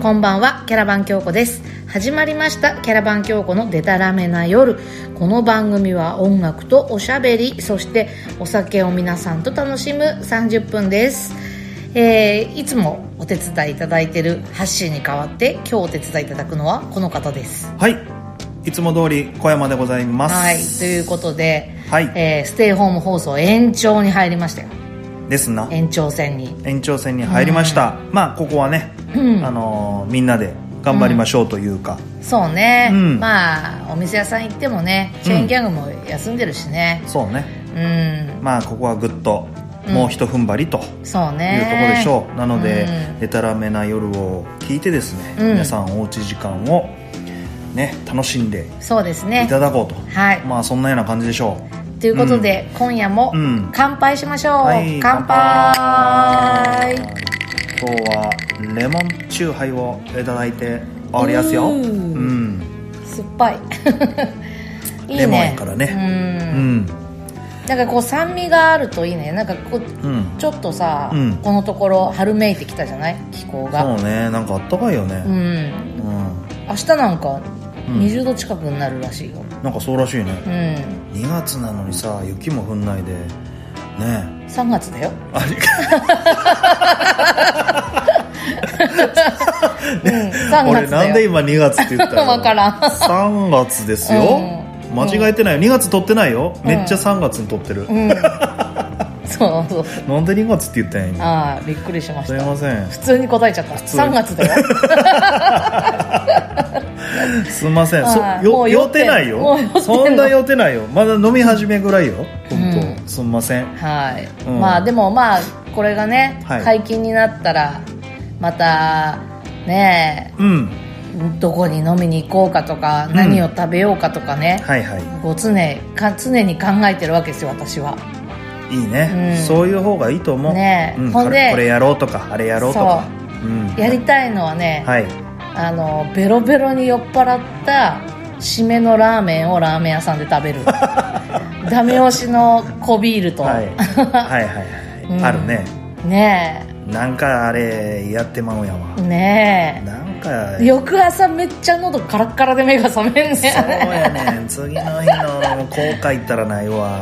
こんばんは、キャラバン京子です。始まりましたキャラバン京子のデタラメな夜。この番組は音楽とおしゃべり、そしてお酒を皆さんと楽しむ30分です。いつもお手伝いいただいているハッシーに代わって今日お手伝いいただくのはこの方です。 はい、いつも通り小山でございます。 はい、ということで、 はい、 ステイホーム放送延長に入りましたよ。 ですな。 延長戦に入りました。まあここはね、みんなで頑張りましょうというか、 そうね、まあお店屋さん行ってもね、チェーンギャグも休んでるしね、 そうね、まあここはぐっともう一踏ん張りというところでしょう。なので、デタラメな夜を聞いてですね、皆さんおうち時間をね楽しんでそうですねいただこうと、 はい、 まあそんなような感じでしょう。 ということで、今夜も乾杯しましょう、 はい、 乾杯。 今日はレモンチューハイをいただいておりますよ。 酸っぱいいいね、 レモンやからね。 なんかこう酸味があるといいね。なんかこう、ちょっとさ、このところ春めいてきたじゃない、気候が。 そうね、なんかあったかいよね。 明日なんか20度近くになるらしいよ。 なんかそうらしいね。2月なのにさ、雪も降んないでね。 3月だよ。 俺なんで今2月って言ったの分からん。 3月ですよ、間違えてないよ。2月取ってないよ、めっちゃ3月に取ってる。 そうそう、 なんで2月って言ったんや今。 ああ、びっくりしました。 すいません、 普通に答えちゃった。3月だよ。 すいません、酔ってないよ。そんな酔ってないよ。まだ飲み始めぐらいよ。本当、すみません。 はい、まあでもまあこれがね、解禁になったらまたね、どこに飲みに行こうかとか、何を食べようかとかね、こう常に考えてるわけですよ、私は。 いいね、そういう方がいいと思うね。 ほんでこれやろうとかあれやろうとか、 やりたいのはね、ベロベロに酔っ払った締めのラーメンをラーメン屋さんで食べる。ダメ押しの小ビールと、あるね。 ねえ、なんかあれやってまうやわねえ。なんか翌朝めっちゃ喉カラッカラで目が覚めんね。 そうやねん。次の日の後悔ったらないわ。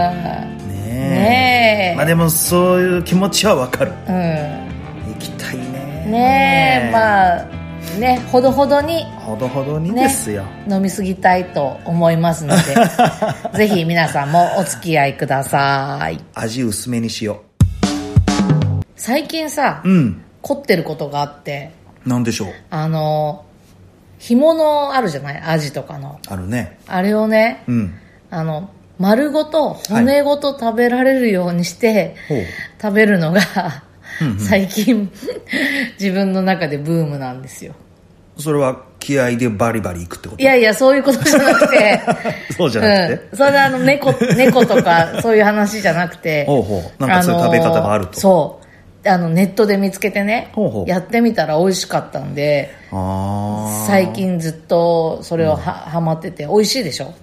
ねえ。まあでもそういう気持ちはわかる。行きたいね。 ねえ、まあね、ほどほどにですよ、 飲みすぎたいと思いますのでぜひ皆さんもお付き合いください。 味薄めにしよう。 最近さ、凝ってることがあって。 なんでしょう。 干物あるじゃない、アジとかの。 あるね。 あれをね、丸ごと骨ごと食べられるようにして、食べるのが最近自分の中でブームなんですよ。 それは気合でバリバリいくってこと？ いやいや、そういうことじゃなくてそうじゃなくて、 それは猫とかそういう話じゃなくてなんかそういう食べ方があると。 そうネットで見つけてね、やってみたら美味しかったんで、最近ずっとそれをハマってて。美味しいでしょ。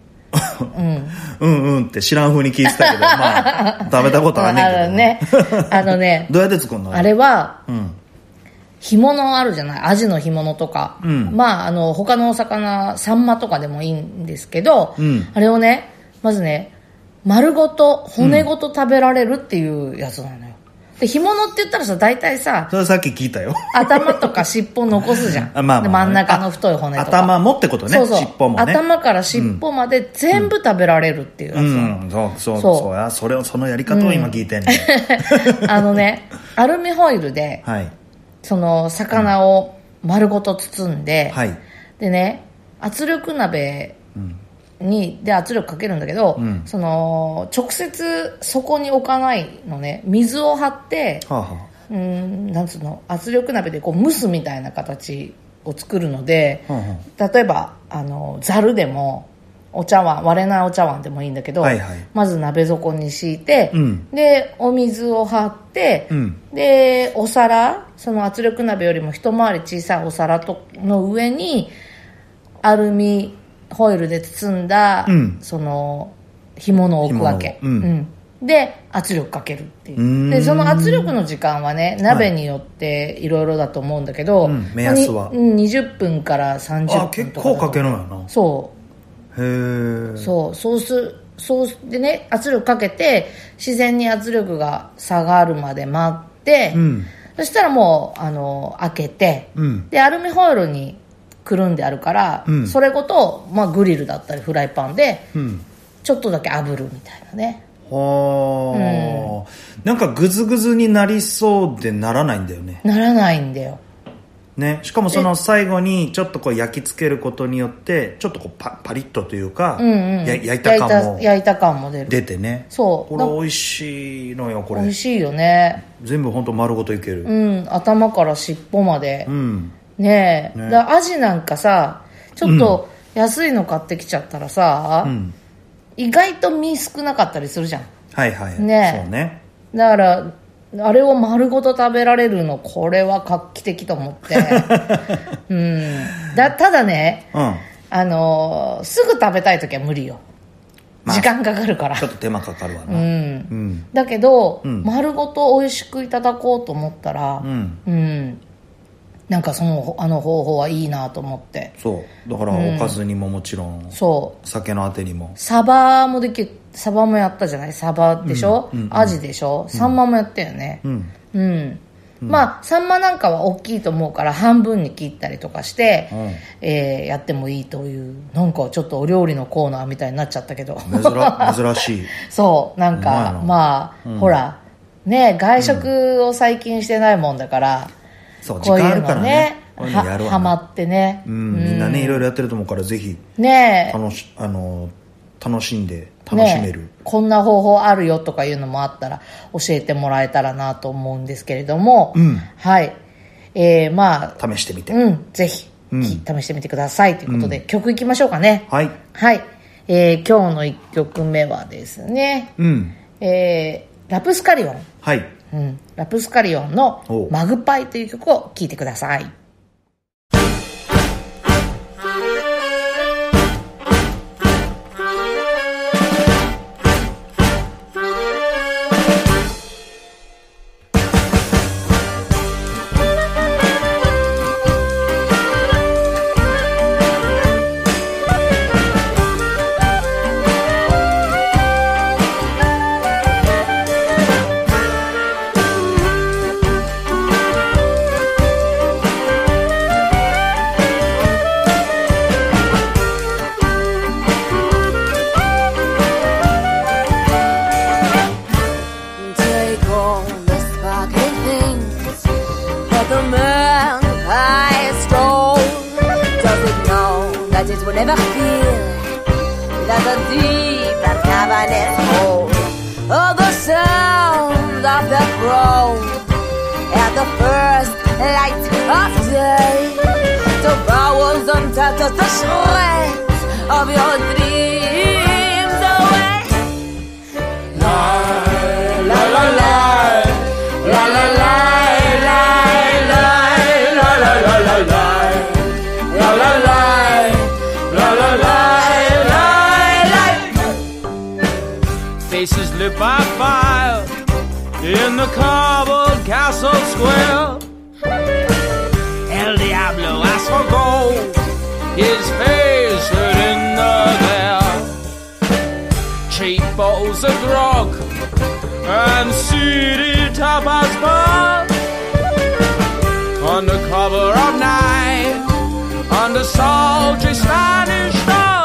って知らん風に聞いてたけど、まあ食べたことあんねんけどね。どうやって作るの？ あれは、干物あるじゃない、アジの干物とか、まあ他のお魚、サンマとかでもいいんですけど、あれをね、まずね、丸ごと骨ごと食べられるっていうやつなのよ。で、干物って言ったらさ、大体さ、 それさっき聞いたよ。 頭とか尻尾残すじゃん。で真ん中の太い骨とか。 頭もってことね。尻尾もね。 頭から尻尾まで全部食べられるっていうやつ。 そうや。そのやり方を今聞いてんね。 アルミホイルで、その魚を丸ごと包んで、でね、圧力鍋で圧力かけるんだけど、その直接そこに置かないのね、水を張って、なんつうの、圧力鍋でこう蒸すみたいな形を作るので、例えばざるでもお茶碗、割れないお茶碗でもいいんだけど、まず鍋底に敷いて、でお水を張って、でお皿、その圧力鍋よりも一回り小さいお皿の上にアルミホイルで包んだ、その干物を置くわけ、 で圧力かけるっていう。でその圧力の時間はね、鍋によっていろいろだと思うんだけど、 目安は 20分から30分とか。 結構かけるのよな。 そうへえ。そうでね、圧力かけて自然に圧力が下がるまで待って、そしたらもう開けて、でアルミホイルにくるんであるから、それごと、グリルだったりフライパンでちょっとだけ炙るみたいなね。 はあ、なんかグズグズになりそうでならないんだよね。 ならないんだよね。しかもその最後にちょっとこう焼き付けることによってちょっとこうパリッとというか、焼いた感も出てね。そうこれ美味しいのよ。これ美味しいよね。 全部本当丸ごといける。 頭から尻尾まで、ねえ。だアジなんかさ、ちょっと安いの買ってきちゃったらさ、意外と身少なかったりするじゃん。 はいはい。 ね。 そうね。 だからあれを丸ごと食べられるの、これは画期的と思って。ただね、すぐ食べたい時は無理よ。時間かかるから。 ちょっと手間かかるわな。 だけど、丸ごと美味しくいただこうと思ったら、なんか方法はいいなと思って。 そうだからおかずにももちろん、酒のあてにも。 サバもサバもやったじゃない。サバでしょ、アジでしょ、サンマもやったよね。サンマなんかは大きいと思うから半分に切ったりとかして、やってもいいという、なんかちょっとお料理のコーナーみたいになっちゃったけど珍しい。 そうなんかほらね、外食を最近してないもんだから、こういうのねハマってね、みんなねいろいろやってると思うから、ぜひね楽しめる、こんな方法あるよとかいうのもあったら教えてもらえたらなと思うんですけれども、はい、 試してみて、 ぜひ、試してみてくださいということで、曲いきましょうかね。 はい、 はい。今日の1曲目はですね、ラプスカリオン、 はい、 ラプスカリオンのマグパイという曲を聴いてください。Never feel that the deep and cavernous hole of the sound of the crow at the first light of day, the vowels untouched the shreds of your dreams away. La la la la la la la la la la la la la la la. Faces lit by fire in the cobbled castle square. El Diablo asked for gold, his face hurt in the glare. Cheap bottles of grog and seedy tapas bars. Under cover of night, under sultry Spanish stars.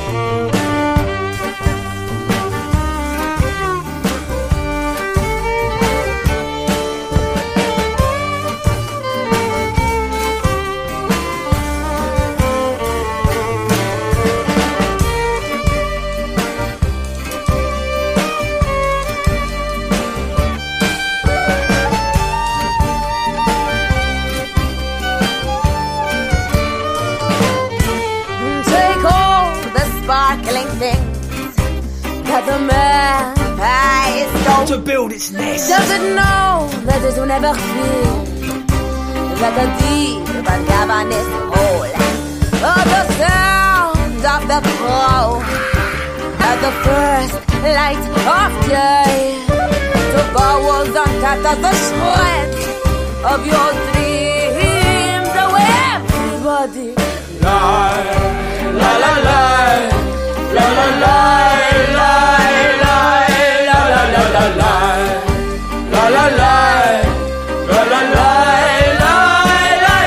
That the magpie stole to build its nest. Does it know that it will never feel that the deep and cavernous hole of the sound of the crow at the first light of day. The bowels uncut the sweat of your dreams. Away everybody. Lie, la la lie, la la lie, lie, lie, la la la la lie, la la lie, la la lie, lie, lie.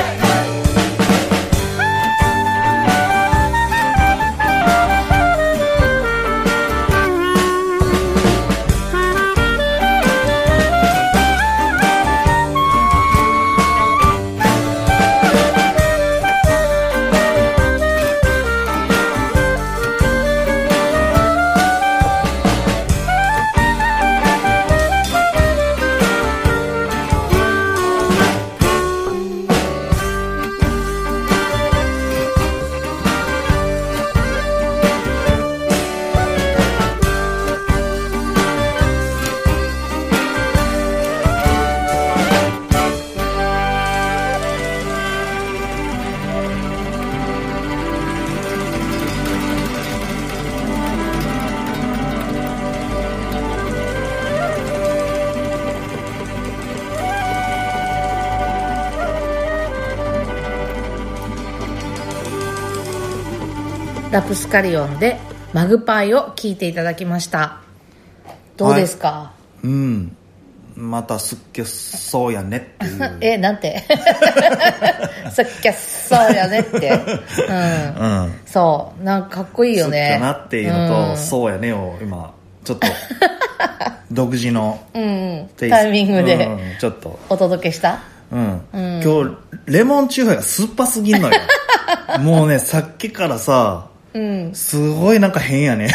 ラプスカリオンでマグパイを聴いていただきました。どうですか？ はい、またすっきょそうやねっていうなんてすっきょそうやねって、そうなんかかっこいいよね。 すっきょなっていうのと、そうやねを今ちょっと独自のタイミングで、 ちょっとお届けした。 今日レモンチューハイが酸っぱすぎんのよもうねさっきからさ、すごいなんか変やね、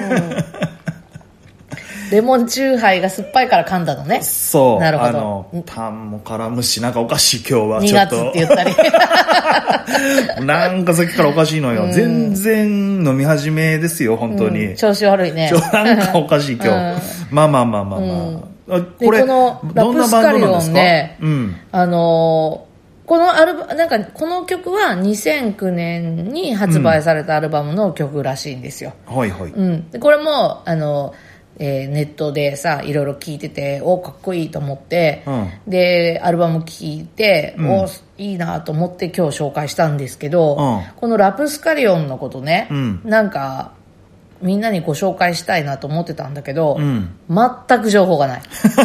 レモンチューハイが酸っぱいから噛んだのね。 そう、 なるほど。 タンも絡むし、なんかおかしい今日はちょっと 2月って言ったりなんかさっきからおかしいのよ、全然飲み始めですよ本当に、 調子悪いね。 なんかおかしい今日、まあこれこのラプスカリオンね、このアルバなんかこの曲は2009年に発売されたアルバムの曲らしいんですよ。 はいはい。 でこれもネットでさいろいろ聞いててかっこいいと思って、でアルバム聞いて、いいなと思って今日紹介したんですけど、このラプスカリオンのことね、なんかみんなにご紹介したいなと思ってたんだけど、全く情報がない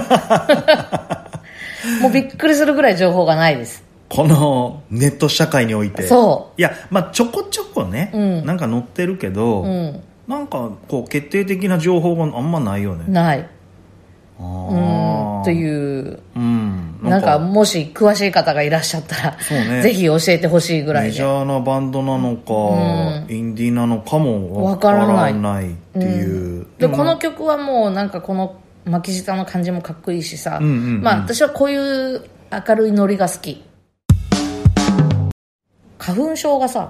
もうびっくりするぐらい情報がないです。 このネット社会において。 そういやちょこちょこね、なんか載ってるけど、なんかこう決定的な情報があんまないよね。 ないという、なんかもし詳しい方がいらっしゃったら、ぜひ教えてほしいぐらいで。 メジャーなバンドなのか、インディーなのかもわからないっていう、 でこの曲はもうなんかこの巻き舌の感じもかっこいいしさ、私はこういう明るいノリが好き。花粉症がさ、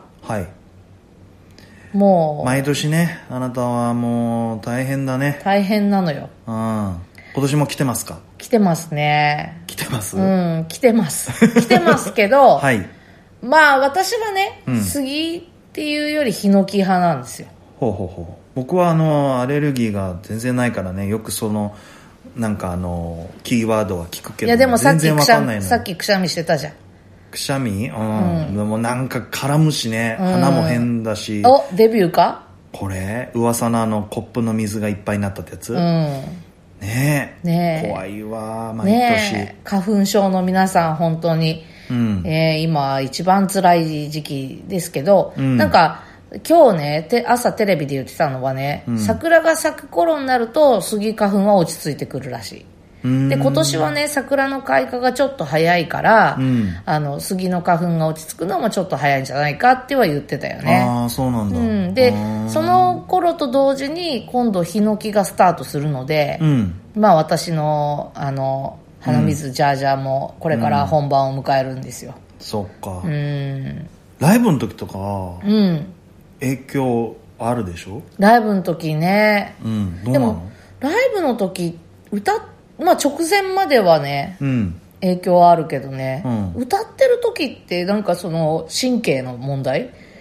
もう毎年ね、あなたはもう大変だね。 大変なのよ。 今年も来てますか？ 来てますね。 来てます？ 来てます来てますけど、まあ私はね、杉っていうよりヒノキ派なんですよ。 僕はアレルギーが全然ないからね、よくそのなんかキーワードは聞くけど、 いやでもさっきくしゃみしてたじゃん。 くしゃみ？でもなんか絡むしね、鼻も変だし。 デビューか？ これ噂のコップの水がいっぱいになったってやつ？ねえ怖いわ毎年。 花粉症の皆さん本当に、今一番辛い時期ですけど、なんか今日ね朝テレビで言ってたのはね、桜が咲く頃になるとスギ花粉は落ち着いてくるらしい。で今年はね桜の開花がちょっと早いから、杉の花粉が落ち着くのもちょっと早いんじゃないかっては言ってたよね。 そうなんだ。 でその頃と同時に今度ヒノキがスタートするので、私の鼻水ジャージャーもこれから本番を迎えるんですよ。 そっか。ライブの時とか、影響あるでしょ？ ライブの時ね。 どうなの？ でもライブの時直前まではね、影響はあるけどね、歌ってる時ってなんかその神経の問題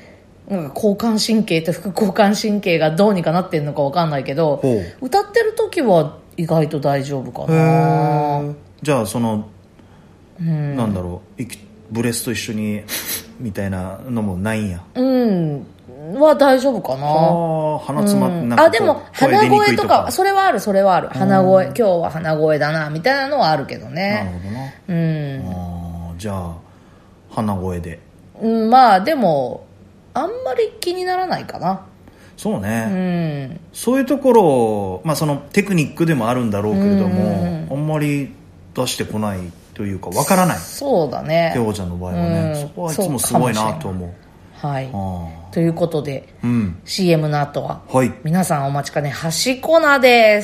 なんか交感神経と副交感神経がどうにかなってんのかわかんないけど、歌ってる時は意外と大丈夫かな。 じゃあなんだろう、ブレスと一緒にみたいなのもないんや。 は大丈夫かな。 鼻詰まってなんかでも鼻声とかそれはある鼻声、今日は鼻声だなみたいなのはあるけどね。 なるほどな。じゃあ鼻声で。 まあでもあんまり気にならないかな。 そうね。そういうところ、そのテクニックでもあるんだろうけれども、あんまり出してこないというかわからない。 そうだね。 テオちゃんの場合はね、そこはいつもすごいなと思う。 はい。ということで、CM の後は、皆さんお待ちかね、端コナです。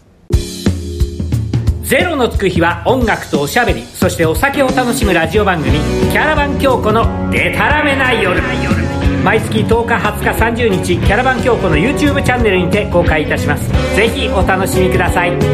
ゼロのつく日は音楽とおしゃべり、そしてお酒を楽しむラジオ番組、キャラバン京子のデタラメな夜。毎月10日、20日、30日、キャラバン京子の YouTube チャンネルにて公開いたします。ぜひお楽しみください。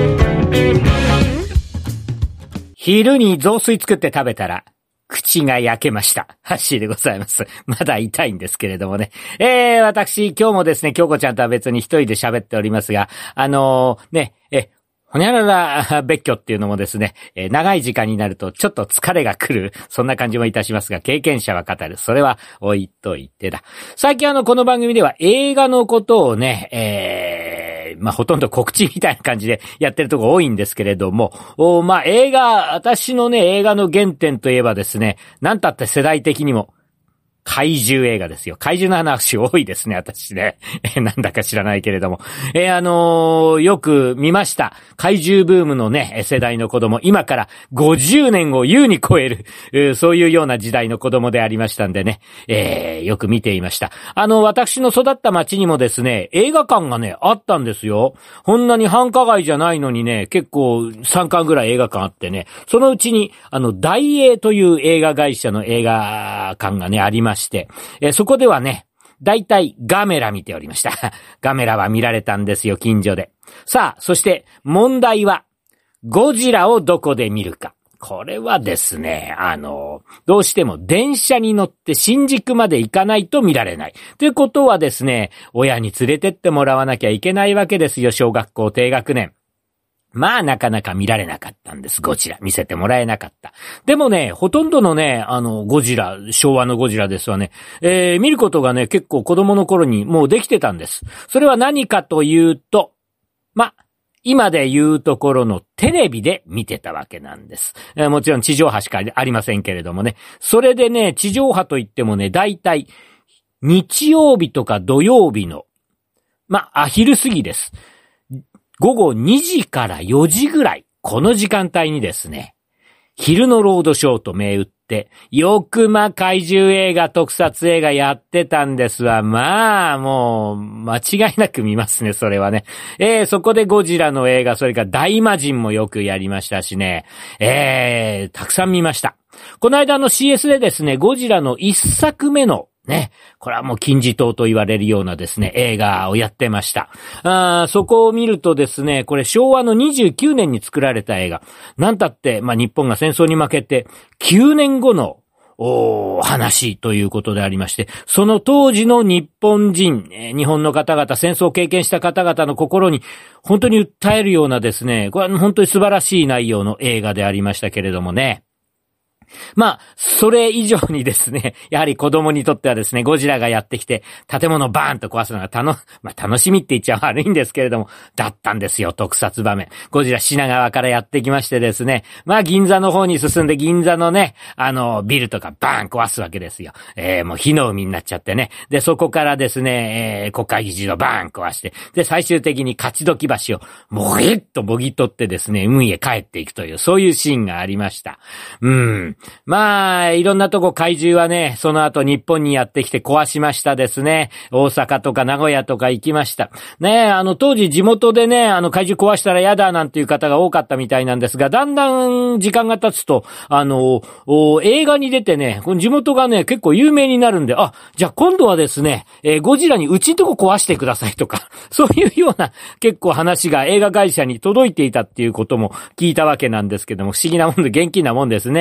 昼に雑炊作って食べたら、口が焼けました。ハッシーでございます。まだ痛いんですけれどもね。私、今日もですね、京子ちゃんとは別に一人で喋っておりますが、ほにゃらら別居っていうのもですね、長い時間になるとちょっと疲れが来る、そんな感じもいたしますが、経験者は語る。それは置いといてだ。最近この番組では映画のことをね、ほとんど告知みたいな感じでやってるとこ多いんですけれども、私のね、映画の原点といえばですね、なんたって世代的にも、怪獣映画ですよ。怪獣の話多いですね、私ね。なんだか知らないけれども。よく見ました。怪獣ブームのね、世代の子供。今から50年を優に超える、そういうような時代の子供でありましたんでね。よく見ていました。私の育った町にもですね、映画館がね、あったんですよ。こんなに繁華街じゃないのにね、結構3館ぐらい映画館あってね、そのうちに、大映という映画会社の映画館がね、ありまして、そこではね、だいたいガメラ見ておりました。ガメラは見られたんですよ、近所で。さあ、そして問題は、ゴジラをどこで見るか。これはですね、どうしても電車に乗って新宿まで行かないと見られない。ということはですね、親に連れてってもらわなきゃいけないわけですよ、小学校低学年。なかなか見られなかったんです、ゴジラ。見せてもらえなかった。でもね、ほとんどのね、ゴジラ、昭和のゴジラですわね。見ることがね、結構子供の頃にもうできてたんです。それは何かというと、今で言うところのテレビで見てたわけなんです。もちろん地上波しかありませんけれどもね。それでね、地上波といってもね、だいたい日曜日とか土曜日の、昼過ぎです。午後2時から4時ぐらい、この時間帯にですね、昼のロードショーと銘打って、よく怪獣映画、特撮映画やってたんですわ。もう、間違いなく見ますね、それはね。そこでゴジラの映画、それから大魔神もよくやりましたしね。たくさん見ました。この間CS でですね、ゴジラの一作目のね、これはもう金字塔と言われるようなですね、映画をやってました。そこを見るとですね、これ昭和の29年に作られた映画。なんたって、日本が戦争に負けて9年後の話ということでありまして、その当時の日本人、日本の方々、戦争を経験した方々の心に本当に訴えるようなですね、これは本当に素晴らしい内容の映画でありましたけれどもね。それ以上にですね、やはり子供にとってはですね、ゴジラがやってきて、建物バーンと壊すのが楽しみって言っちゃ悪いんですけれども、だったんですよ、特撮場面。ゴジラ品川からやってきましてですね、銀座の方に進んで銀座のね、ビルとかバーン壊すわけですよ。もう火の海になっちゃってね。で、そこからですね、国会議事堂バーン壊して、で、最終的に勝どき橋をもぎっともぎ取ってですね、海へ帰っていくという、そういうシーンがありました。いろんなとこ怪獣はね、その後日本にやってきて壊しましたですね。大阪とか名古屋とか行きました。ね、当時地元でね、怪獣壊したら嫌だなんていう方が多かったみたいなんですが、だんだん時間が経つと、映画に出てね、この地元がね、結構有名になるんで、じゃあ今度はですね、ゴジラにうちんとこ壊してくださいとか、そういうような結構話が映画会社に届いていたっていうことも聞いたわけなんですけども、不思議なもんで元気なもんですね。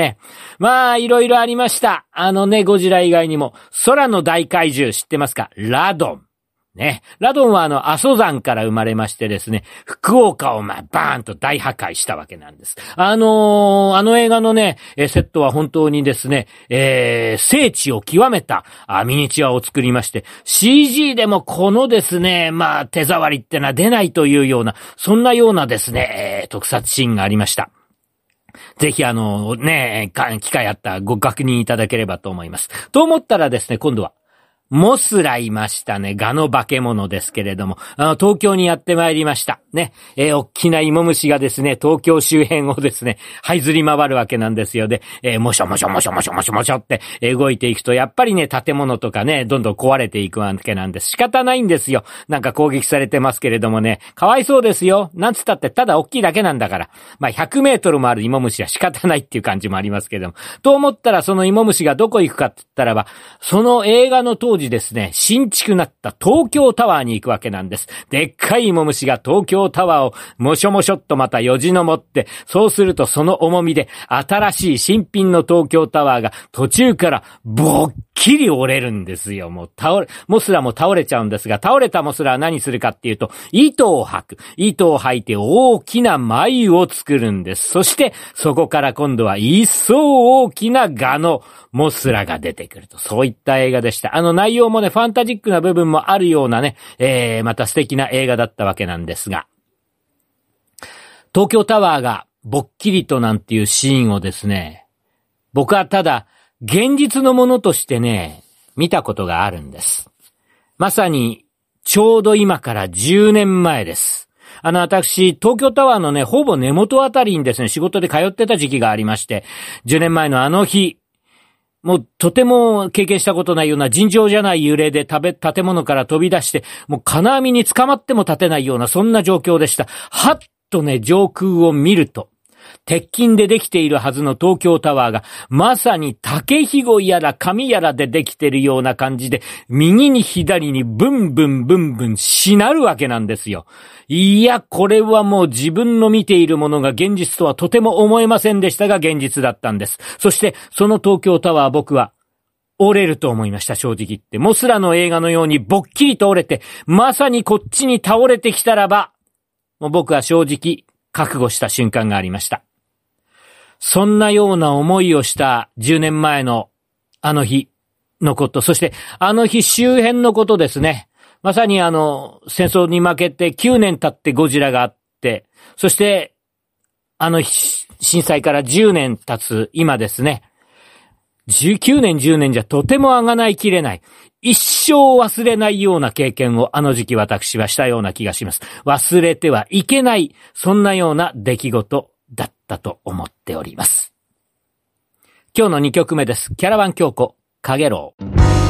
まあ、いろいろありました。ゴジラ以外にも、空の大怪獣知ってますか？ラドン。ね。ラドンは阿蘇山から生まれましてですね、福岡をバーンと大破壊したわけなんです。映画のね、セットは本当にですね、精緻を極めたミニチュアを作りまして、CG でもこのですね、手触りってのは出ないというような、そんなようなですね、特撮シーンがありました。ぜひ機会あったらご確認いただければと思います。と思ったらですね、今度は、モスラいましたね。ガの化け物ですけれども、東京にやってまいりました。ね。大きな芋虫がですね、東京周辺をですね、這いずり回るわけなんですよ。で、もしょもしょもしょもしょもしょもしょって動いていくと、やっぱりね、建物とかね、どんどん壊れていくわけなんです。仕方ないんですよ。なんか攻撃されてますけれどもね、かわいそうですよ。なんつったって、ただ大きいだけなんだから。100メートルもある芋虫は仕方ないっていう感じもありますけれども。と思ったら、その芋虫がどこ行くかって言ったらば、その映画の当時ですね、新築なった東京タワーに行くわけなんです。でっかい芋虫が東京タワーをもしょもしょっとまたよじ登って、そうするとその重みで新しい新品の東京タワーが途中からぼっきり折れるんですよ。モスラも倒れちゃうんですが、倒れたモスラは何するかっていうと、糸を吐く。糸を吐いて大きな繭を作るんです。そしてそこから今度は一層大きなガのモスラが出てくると。そういった映画でした。内容もね、ファンタジックな部分もあるようなね、また素敵な映画だったわけなんですが、東京タワーがぼっきりとなんていうシーンをですね、僕はただ現実のものとしてね、見たことがあるんです。まさにちょうど今から10年前です。私、東京タワーのね、ほぼ根元あたりにですね、仕事で通ってた時期がありまして、10年前のあの日、もうとても経験したことないような尋常じゃない揺れで建物から飛び出して、もう金網に捕まっても立てないようなそんな状況でした。はっとね、上空を見ると、鉄筋でできているはずの東京タワーが、まさに竹ひごやら紙やらでできているような感じで、右に左にブンブンブンブンしなるわけなんですよ。いや、これはもう自分の見ているものが現実とはとても思えませんでしたが、現実だったんです。そして、その東京タワー僕は、折れると思いました、正直言って。モスラの映画のようにぼっきりと折れて、まさにこっちに倒れてきたらば、もう僕は正直、覚悟した瞬間がありました。そんなような思いをした10年前のあの日のこと、そしてあの日周辺のことですね。まさに戦争に負けて9年経ってゴジラがあって、そして震災から10年経つ今ですね。19年10年じゃとてもあがないきれない。一生忘れないような経験をあの時期私はしたような気がします。忘れてはいけない、そんなような出来事だったと思っております。今日の2曲目です。キャラバン京子、かげろう。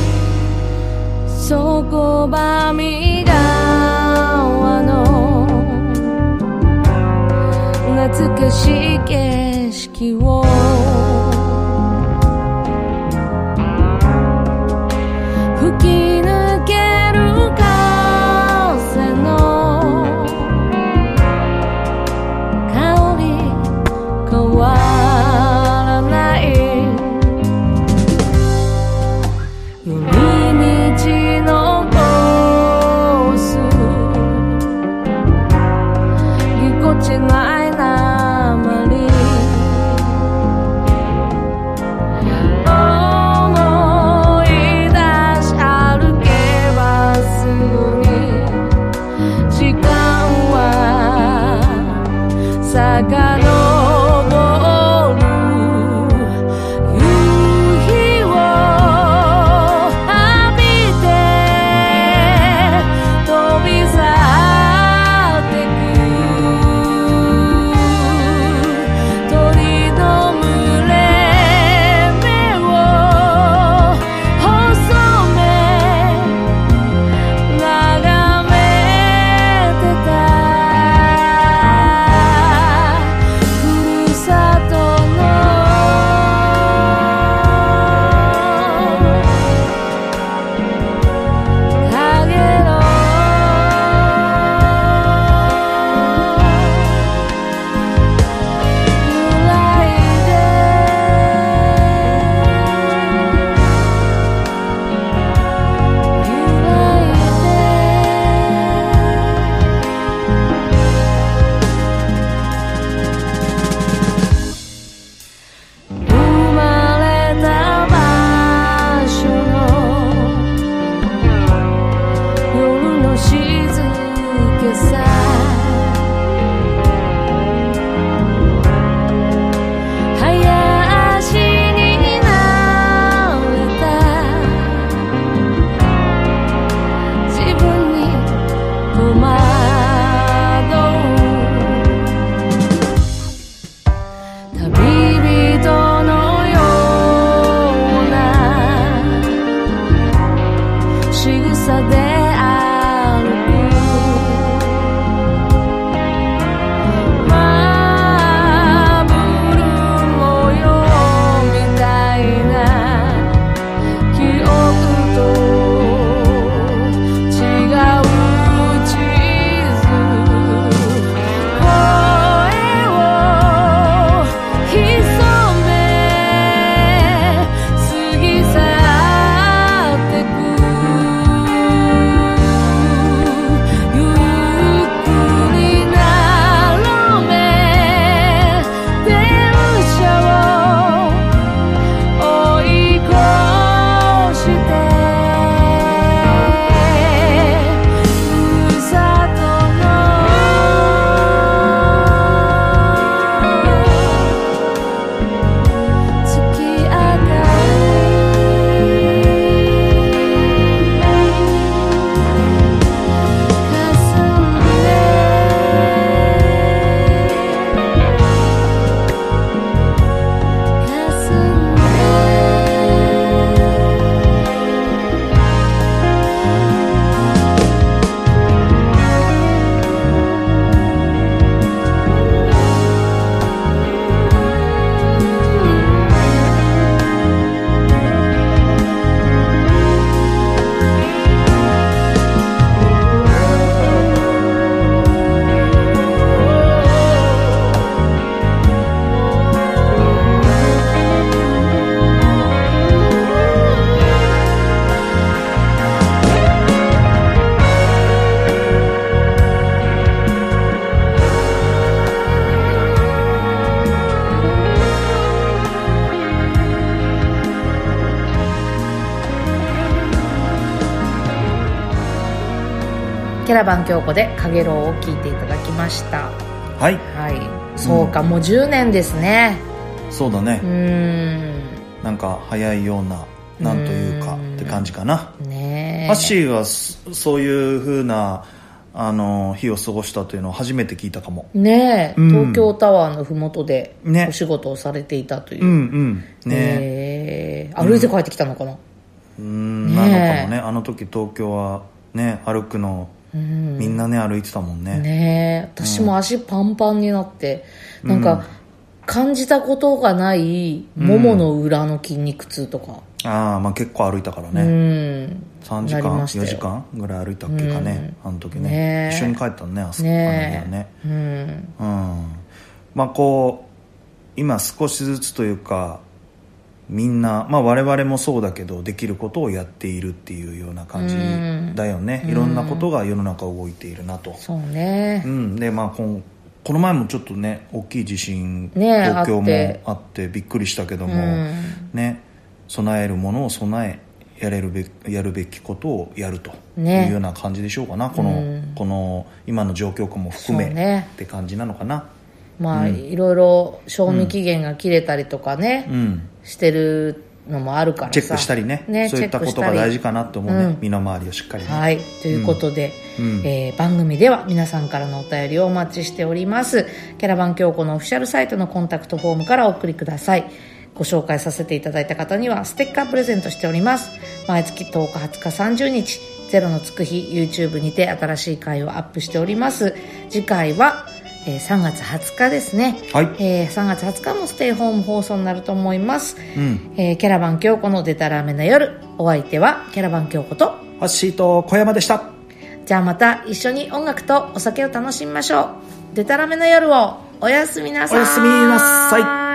そこばみだわの懐かしい景色を吹き抜ける風の香り変わらない海道のコースぎこちないなまりキャラバン京子でかげろうを聞いていただきました。 はい、 はい、そうか、もう10年ですね。 そうだね。なんか早いような、なんというかって感じかな。 ねえ。 ハッシーはそういう風な日を過ごしたというのを初めて聞いたかも。 ねえ、東京タワーのふもとでお仕事をされていたという。 ね、 歩いて帰ってきたのかな。 なのかもね。あの時東京はね、歩くの、みんなね歩いてたもんね。 ねえ、私も足パンパンになって、なんか感じたことがないももの裏の筋肉痛とか。 まあ結構歩いたからね。3時間4時間ぐらい歩いたっけかね、あの時ね。一緒に帰ったのね、あそこね。まあこう今少しずつというか、みんな、まあ我々もそうだけど、できることをやっているっていうような感じだよね。いろんなことが世の中動いているなと。 そうね。 でまあこの前もちょっとね、大きい地震、東京もあってびっくりしたけども、ね、備えるものを備え、やるべきことをやるというような感じでしょうかな。この今の状況も含めって感じなのかな。 まあいろいろ賞味期限が切れたりとかね、してるのもあるからさ、 チェックしたりね、そういったことが大事かなと思うね。身の回りをしっかりね。 はい、ということで、番組では皆さんからのお便りをお待ちしております。キャラバン京子のオフィシャルサイトのコンタクトフォームからお送りください。ご紹介させていただいた方にはステッカープレゼントしております。毎月10日、20日、30日ゼロのつく日 YouTube にて新しい回をアップしております。次回は3月20日ですね。はい。3月20日もステイホーム放送になると思います。キャラバン京子のデタラメな夜。お相手はキャラバン京子とハッシーと小山でした。 じゃあまた一緒に音楽とお酒を楽しみましょう。デタラメな夜をおやすみなさい。 おやすみなさい。